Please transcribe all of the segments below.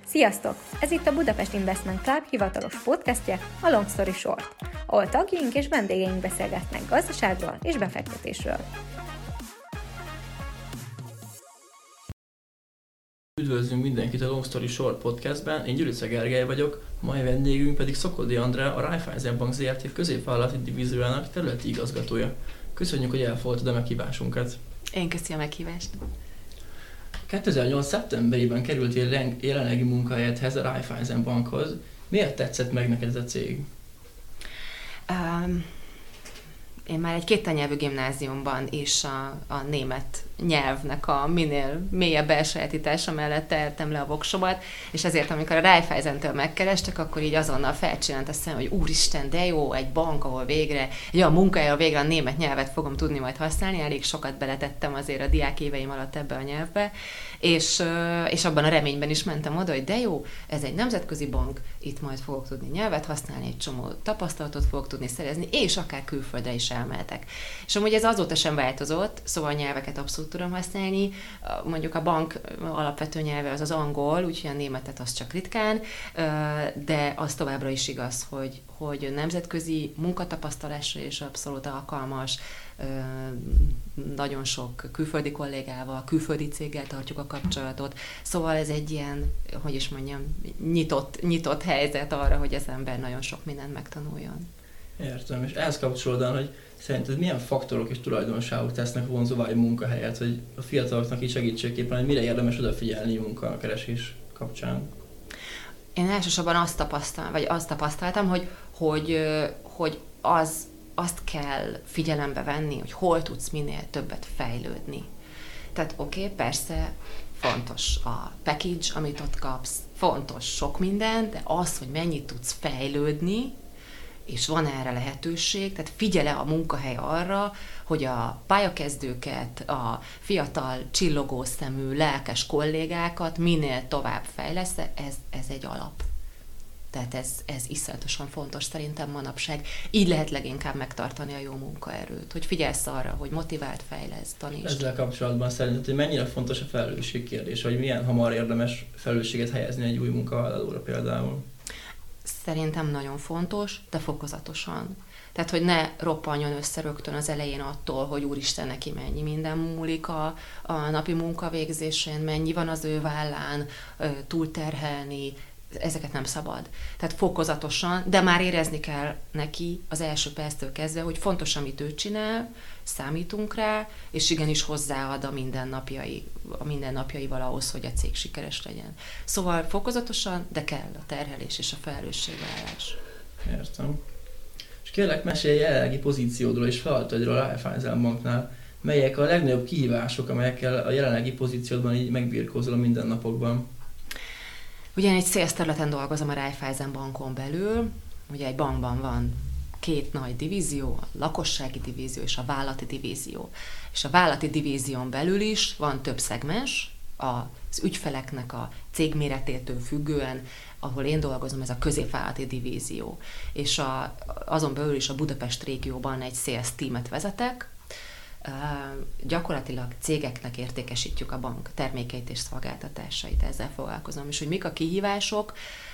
Sziasztok! Ez itt a Budapest Investment Club hivatalos podcastje, a Long Story Short, ahol tagjaink és vendégeink beszélgetnek gazdaságról és befektetésről. Üdvözlünk mindenkit a Long Story Short podcastben, én Gyurica Gergely vagyok, mai vendégünk pedig Szokódi Andrea, a Raiffeisen Bank Zrt. Középvállalati divíziójának területi igazgatója. Köszönjük, hogy elfogadtad a meghívásunkat. Én köszi a meghívást. 2008. szeptemberében kerültél jelenlegi munkahelyedhez, a Raiffeisen Bankhoz. Miért tetszett meg neked ez a cég? Én már egy kétanyelvű gimnáziumban is a német nyelvnek a minél mélyebb elsajátítása mellett tehettem le a voksomat, és ezért, amikor a Raiffeisentől megkerestek, akkor így azonnal felcsillant a szem, hogy úristen, de jó, egy bank, ahol végre, egy olyan munkahely, ahol végre a német nyelvet fogom tudni majd használni, elég sokat beletettem azért a diák éveim alatt ebbe a nyelvbe, és abban a reményben is mentem oda, hogy de jó, ez egy nemzetközi bank, itt majd fogok tudni nyelvet használni, egy csomó tapasztalatot fogok tudni szerezni, és akár külföldre is elmehetek. És amúgy ez azóta sem változott, szóval a nyelveket abszolút tudom használni. Mondjuk a bank alapvető nyelve az angol, úgyhogy a németet az csak ritkán, de az továbbra is igaz, hogy nemzetközi munkatapasztalásra is abszolút alkalmas, nagyon sok külföldi kollégával, külföldi céggel tartjuk a kapcsolatot, szóval ez egy ilyen, hogy is mondjam, nyitott helyzet arra, hogy az ember nagyon sok mindent megtanuljon. Értem, és ehhez kapcsolódóan, hogy szerinted milyen faktorok és tulajdonságok tesznek vonzóvá egy munkahelyet, hogy a fiataloknak is segítségképpen, hogy mire érdemes odafigyelni munkakeresés kapcsán? Én elsősorban azt tapasztaltam, hogy azt kell figyelembe venni, hogy hol tudsz minél többet fejlődni. Tehát oké, persze fontos a package, amit ott kapsz, fontos sok minden, de az, hogy mennyit tudsz fejlődni, és van erre lehetőség, tehát figyele a munkahely arra, hogy a pályakezdőket, a fiatal, csillogó szemű, lelkes kollégákat minél tovább fejlesz, ez egy alap. Tehát ez iszonyatosan fontos szerintem manapság. Így lehet leginkább megtartani a jó munkaerőt, hogy figyelsz arra, hogy motivált, fejlesz, tanítsd. Ezzel kapcsolatban szerinted, hogy mennyire fontos a felelősség kérdés, hogy milyen hamar érdemes felelősséget helyezni egy új munkavállalóra például? Szerintem nagyon fontos, de fokozatosan. Tehát, hogy ne roppanjon össze rögtön az elején attól, hogy úristen, neki mennyi minden múlik a napi munkavégzésén, mennyi van az ő vállán, túlterhelni, ezeket nem szabad. Tehát fokozatosan, de már érezni kell neki az első perctől kezdve, hogy fontos, amit ő csinál, számítunk rá, és igenis hozzáad a mindennapjaival ahhoz, hogy a cég sikeres legyen. Szóval fokozatosan, de kell a terhelés és a felelősségvállalás. Értem. És kérlek, mesélj jelenlegi pozíciódról és feladataidról a Raiffeisen Banknál. Melyek a legnagyobb kihívások, amelyekkel a jelenlegi pozíciódban így megbirkózol a mindennapokban? Ugye én egy sales területen dolgozom a Raiffeisen Bankon belül, ugye egy bankban van két nagy divízió, a lakossági divízió és a vállalati divízió. És a vállalati divízión belül is van több szegmens, az ügyfeleknek a cégméretétől függően, ahol én dolgozom, ez a középvállalati divízió. És azon belül is a Budapest régióban egy sales teamet vezetek, gyakorlatilag cégeknek értékesítjük a bank termékeit és szolgáltatásait, ezzel foglalkozom. És hogy mik a kihívások?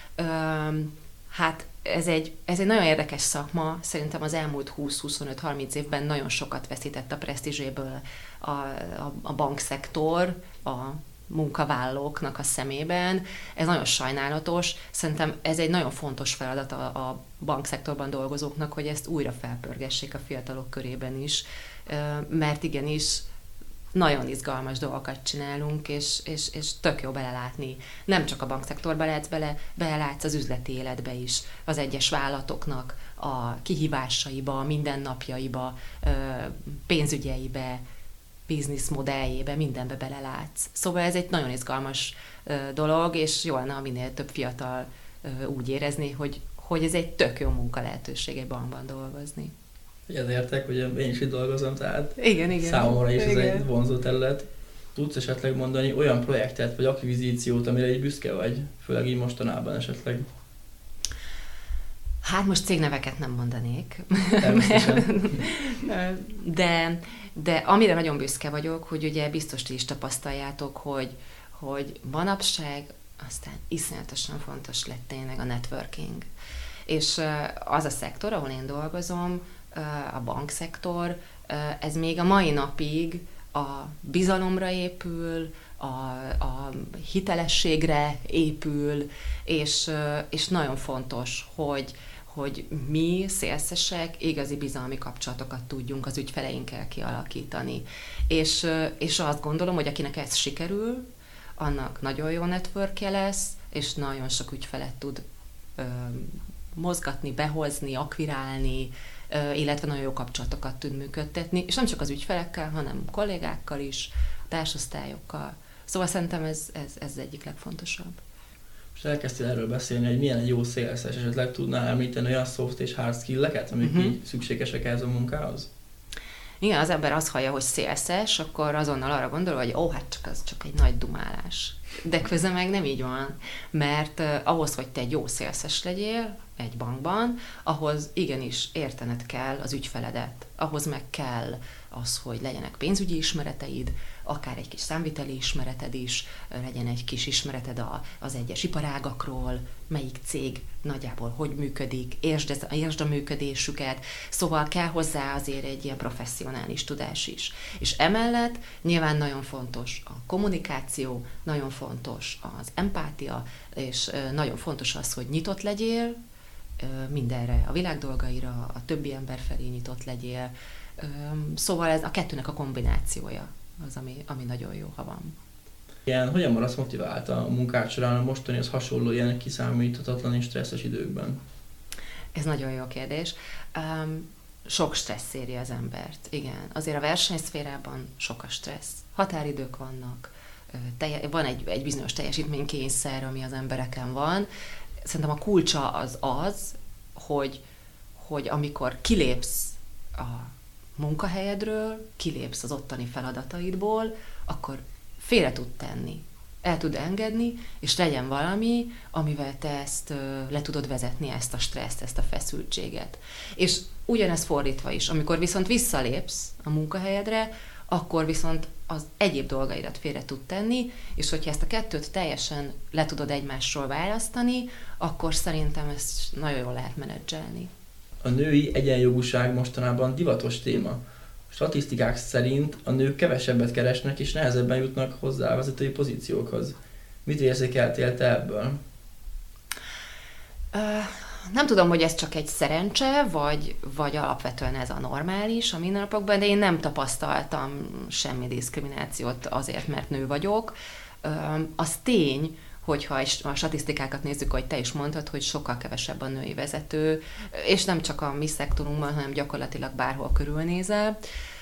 Hát ez egy nagyon érdekes szakma, szerintem az elmúlt 20-25-30 évben nagyon sokat veszített a presztízséből a bankszektor, a munkavállalóknak a szemében. Ez nagyon sajnálatos. Szerintem ez egy nagyon fontos feladat a bankszektorban dolgozóknak, hogy ezt újra felpörgessék a fiatalok körében is, mert igenis nagyon izgalmas dolgokat csinálunk, és tök jó belelátni. Nem csak a bankszektorba belelátsz az üzleti életbe is, az egyes vállalatoknak a kihívásaiba, mindennapjaiba, pénzügyeibe, bizniszmodelljébe, mindenbe belelátsz. Szóval ez egy nagyon izgalmas dolog, és jó lenne, ha minél több fiatal úgy érezni, hogy ez egy tök jó munka lehetőség egy bankban dolgozni. Egyetértek, hogy én is itt dolgozom, tehát igen. számomra is igen. Ez egy vonzó terület. Tudsz esetleg mondani olyan projektet vagy akvizíciót, amire így büszke vagy, főleg így mostanában esetleg? Hát most cégneveket nem mondanék. De amire nagyon büszke vagyok, hogy ugye biztos ti is tapasztaljátok, hogy manapság aztán iszonyatosan fontos lett tényleg a networking. És az a szektor, ahol én dolgozom, a bankszektor, ez még a mai napig a bizalomra épül, a hitelességre épül, és nagyon fontos, hogy mi, szélszesek, igazi bizalmi kapcsolatokat tudjunk az ügyfeleinkkel kialakítani. És azt gondolom, hogy akinek ez sikerül, annak nagyon jó networkje lesz, és nagyon sok ügyfelet tud mozgatni, behozni, akvirálni, illetve nagyon jó kapcsolatokat tud működtetni, és nem csak az ügyfelekkel, hanem kollégákkal is, társosztályokkal. Szóval szerintem ez egyik legfontosabb. Most elkezdtél erről beszélni, hogy milyen egy jó szélszes, esetleg tudnál említeni olyan soft és hard skill-eket, amik így szükségesek ehhez a munkához? Igen, az ember azt hallja, hogy szélszes, akkor azonnal arra gondol, hogy hát az csak egy nagy dumálás. De közben meg nem így van, mert ahhoz, hogy te egy jó szélszes legyél egy bankban, ahhoz igenis értened kell az ügyfeledet. Ahhoz meg kell az, hogy legyenek pénzügyi ismereteid, akár egy kis számviteli ismereted is, legyen egy kis ismereted az egyes iparágakról, melyik cég nagyjából hogy működik, értsd a működésüket, szóval kell hozzá azért egy ilyen professzionális tudás is. És emellett nyilván nagyon fontos a kommunikáció, nagyon fontos az empátia, és nagyon fontos az, hogy nyitott legyél mindenre, a világ dolgaira, a többi ember felé nyitott legyél. Szóval ez a kettőnek a kombinációja az, ami nagyon jó, ha van. Igen, hogyan maradsz motivált a munkád során, a mostanihoz hasonló ilyen kiszámíthatatlan és stresszes időkben? Ez nagyon jó kérdés. Sok stressz éri az embert, igen. Azért a versenyszférában sok a stressz. Határidők vannak, van egy bizonyos teljesítménykényszer, ami az embereken van. Szerintem a kulcsa az, hogy amikor kilépsz a munkahelyedről, kilépsz az ottani feladataidból, akkor félre tud tenni, el tud engedni, és legyen valami, amivel te ezt le tudod vezetni, ezt a stresszt, ezt a feszültséget. És ugyanez fordítva is, amikor viszont visszalépsz a munkahelyedre, akkor viszont az egyéb dolgaidat félre tud tenni, és hogyha ezt a kettőt teljesen le tudod egymásról választani, akkor szerintem ezt nagyon jól lehet menedzselni. A női egyenjogúság mostanában divatos téma. Statisztikák szerint a nők kevesebbet keresnek és nehezebben jutnak hozzá a vezetői pozíciókhoz. Mit érzékeltél te ebből? Nem tudom, hogy ez csak egy szerencse, vagy alapvetően ez a normális a mindennapokban, de én nem tapasztaltam semmi diszkriminációt azért, mert nő vagyok. Az tény, hogyha a statisztikákat nézzük, hogy te is mondtad, hogy sokkal kevesebb a női vezető, és nem csak a mi szektorunkban, hanem gyakorlatilag bárhol körülnézel.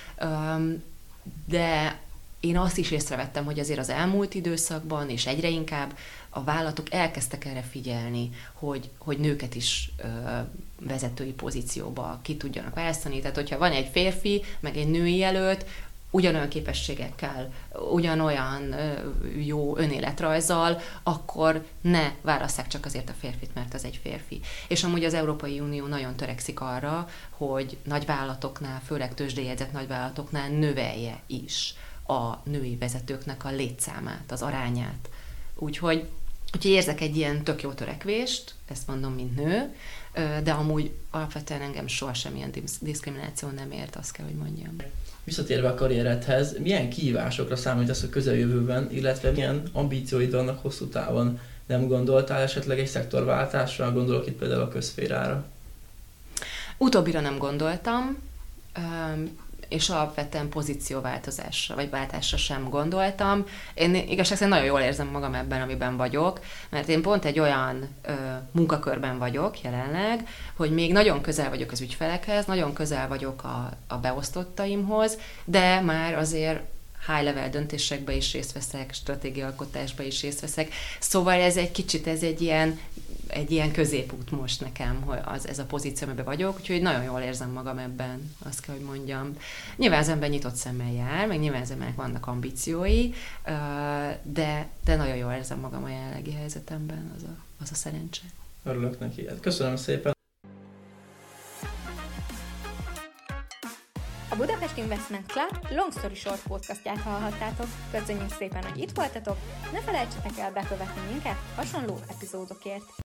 De én azt is észrevettem, hogy azért az elmúlt időszakban, és egyre inkább a vállalatok elkezdtek erre figyelni, hogy nőket is vezetői pozícióba ki tudjanak választani. Tehát, hogyha van egy férfi, meg egy női jelölt, ugyanolyan képességekkel, ugyanolyan jó önéletrajzzal, akkor ne válasszák csak azért a férfit, mert az egy férfi. És amúgy az Európai Unió nagyon törekszik arra, hogy nagyvállalatoknál, főleg tőzsdéjegyzett nagyvállalatoknál növelje is a női vezetőknek a létszámát, az arányát. Úgyhogy érzek egy ilyen tök jó törekvést, ezt mondom, mint nő, de amúgy alapvetően engem soha semmilyen diszkrimináció nem ért, azt kell, hogy mondjam. Visszatérve a karrieredhez, milyen kihívásokra számítasz a közeljövőben, illetve milyen ambícióid vannak hosszú távon? Nem gondoltál esetleg egy szektorváltásra? Gondolok itt például a közszférára. Utóbbira nem gondoltam, és alapvetően pozícióváltozásra, vagy váltásra sem gondoltam. Én igazság szerint nagyon jól érzem magam ebben, amiben vagyok, mert én pont egy olyan munkakörben vagyok jelenleg, hogy még nagyon közel vagyok az ügyfelekhez, nagyon közel vagyok a beosztottaimhoz, de már azért high-level döntésekbe is részt veszek, stratégiaalkotásba is részt veszek. Szóval ez egy kicsit, ez egy ilyen középút most nekem, hogy ez a pozíció, amiben vagyok, úgyhogy nagyon jól érzem magam ebben, azt kell, hogy mondjam. Nyilván az ember nyitott szemmel jár, meg nyilván az embernek vannak ambíciói, de nagyon jól érzem magam a jelenlegi helyzetemben, az a szerencse. Örülök neki. Köszönöm szépen. A Budapest Budapest Investment Club Long Story Short podcastját hallhattátok. Köszönjük szépen, hogy itt voltatok, ne felejtsetek el bekövetni minket hasonló epizódokért.